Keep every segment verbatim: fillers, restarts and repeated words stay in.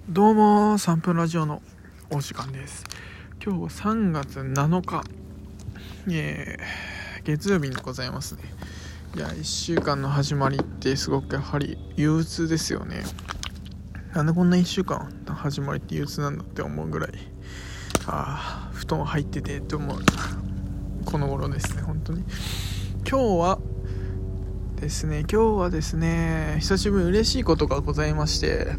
どうもさんぷんラジオのお時間です。今日はさんがつなのか、えー、月曜日でございますね。いやいっしゅうかんの始まりってすごくやはり憂鬱ですよね。なんでこんないっしゅうかんの始まりって憂鬱なんだって思うぐらい、あー布団入っててって思うこの頃ですね。本当に今日はですね今日はですね久しぶりに嬉しいことがございまして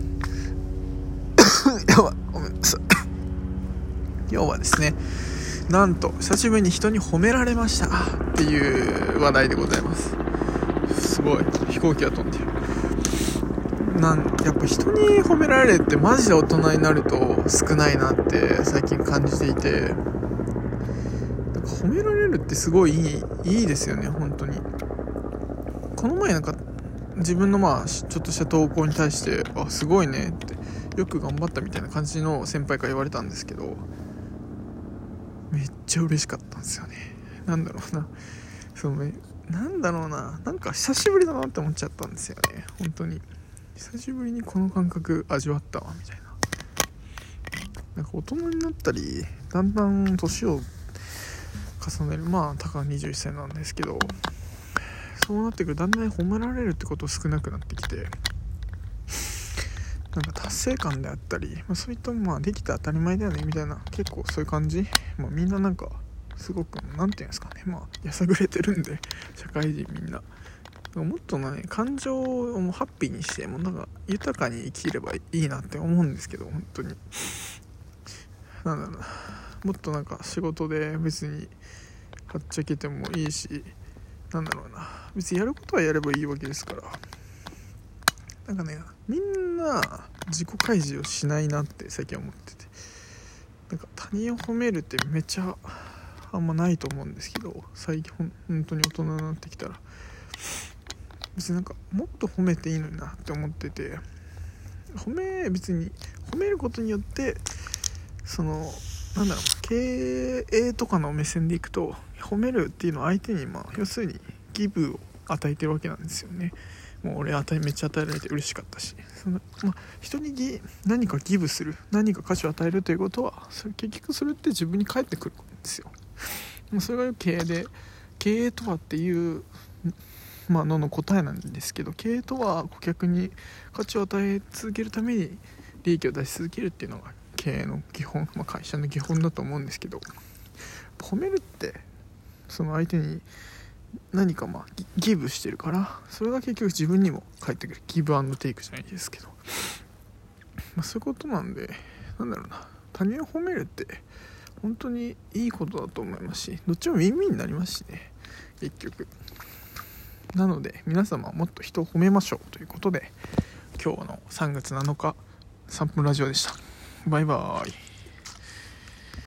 やばごめんなさい今日はですね、なんと久しぶりに人に褒められましたっていう話題でございます。すごい飛行機が飛んでる。なんやっぱ人に褒められるってマジで大人になると少ないなって最近感じていて、なんか褒められるってすごいいい、いいですよね本当に。この前なんか自分のまあちょっとした投稿に対してあすごいねってよく頑張ったみたいな感じの先輩から言われたんですけど、めっちゃ嬉しかったんですよね。なんだろうなそのねなんだろうななんか久しぶりだなって思っちゃったんですよね。本当に久しぶりにこの感覚味わったわみたいな。なんか大人になったりだんだん年を重ねる、まあたかにじゅういっさいなんですけど、そうなってくるだんだん褒められるってこと少なくなってきて、なんか達成感であったり、まあ、そういったまあできて当たり前だよねみたいな、結構そういう感じ、まあ、みんななんかすごくなんていうんですかね、まあやさぐれてるんで社会人みんなもっとね感情をもうハッピーにしてもうなんか豊かに生きればいいなって思うんですけど、本当になんだろうな、もっとなんか仕事で別にはっちゃけてもいいし、なんだろうな別にやることはやればいいわけですから、なんかねみんな自己開示をしないなって最近思ってて、なんか他人を褒めるってめっちゃあんまないと思うんですけど、最近本当に大人になってきたら別になんかもっと褒めていいのになって思ってて、褒め別に褒めることによってそのなんだろう経営とかの目線でいくと褒めるっていうのは相手にまあ要するにギブを与えてるわけなんですよね。もう俺与えめっちゃ与えられて嬉しかったし、その、まあ、人にギ何かギブする何か価値を与えるということはそれ結局それって自分に返ってくるんですよ。それが経営で、経営とはっていうまあのの答えなんですけど、経営とは顧客に価値を与え続けるために利益を出し続けるっていうのが経営の基本、まあ、会社の基本だと思うんですけど、褒めるってその相手に何かまあギブしてるから、それが結局自分にも返ってくる、ギブアンドテイクじゃないですけど、まあ、そういうことなんで、なんだろうな他人を褒めるって本当にいいことだと思いますし、どっちもウィンウィンになりますしね結局。なので皆様もっと人を褒めましょうということで、今日のさんがつなのかさんぷんラジオでした。バイバーイ。